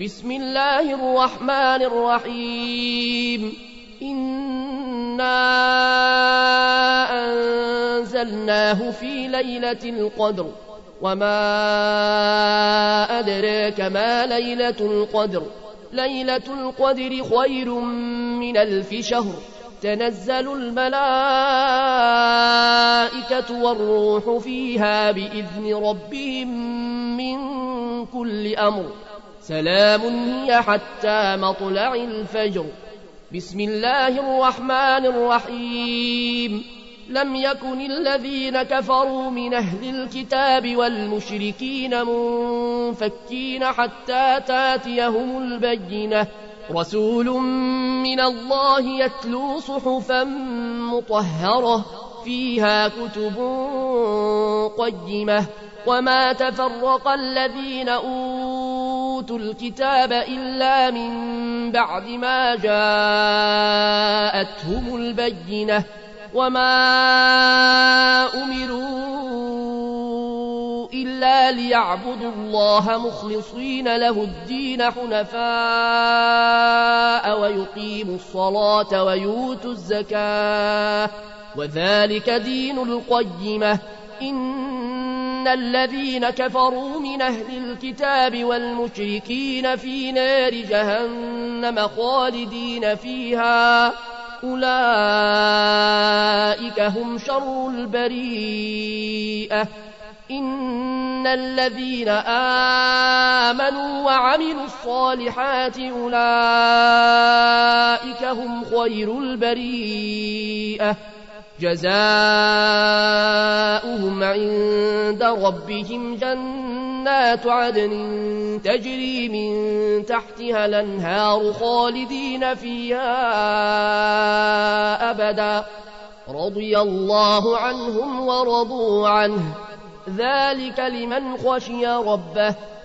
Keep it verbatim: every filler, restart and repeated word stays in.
بسم الله الرحمن الرحيم إنا أنزلناه في ليلة القدر وما أدراك ما ليلة القدر ليلة القدر خير من ألف شهر تنزل الملائكة والروح فيها بإذن ربهم من كل أمر سلام هي حتى مطلع الفجر. بسم الله الرحمن الرحيم لم يكن الذين كفروا من أهل الكتاب والمشركين منفكين حتى تاتيهم البينة رسول من الله يتلو صحفا مطهرة فيها كتب قيمة وما تفرق الذين أوتوا الكتاب إلا من بعد ما جاءتهم البينة وما أمروا إلا ليعبدوا الله مخلصين له الدين حنفاء ويقيموا الصلاة ويؤتوا الزكاة وذلك دين القيمة. إن الذين كفروا من أهل الكتاب والمشركين في نار جهنم خالدين فيها أولئك هم شر البريئة. إن الذين آمنوا وعملوا الصالحات أولئك هم خير البريئة جزاؤهم عند ربهم جنات عدن تجري من تحتها الأنهار خالدين فيها أبدا رضي الله عنهم ورضوا عنه ذلك لمن خشي ربه.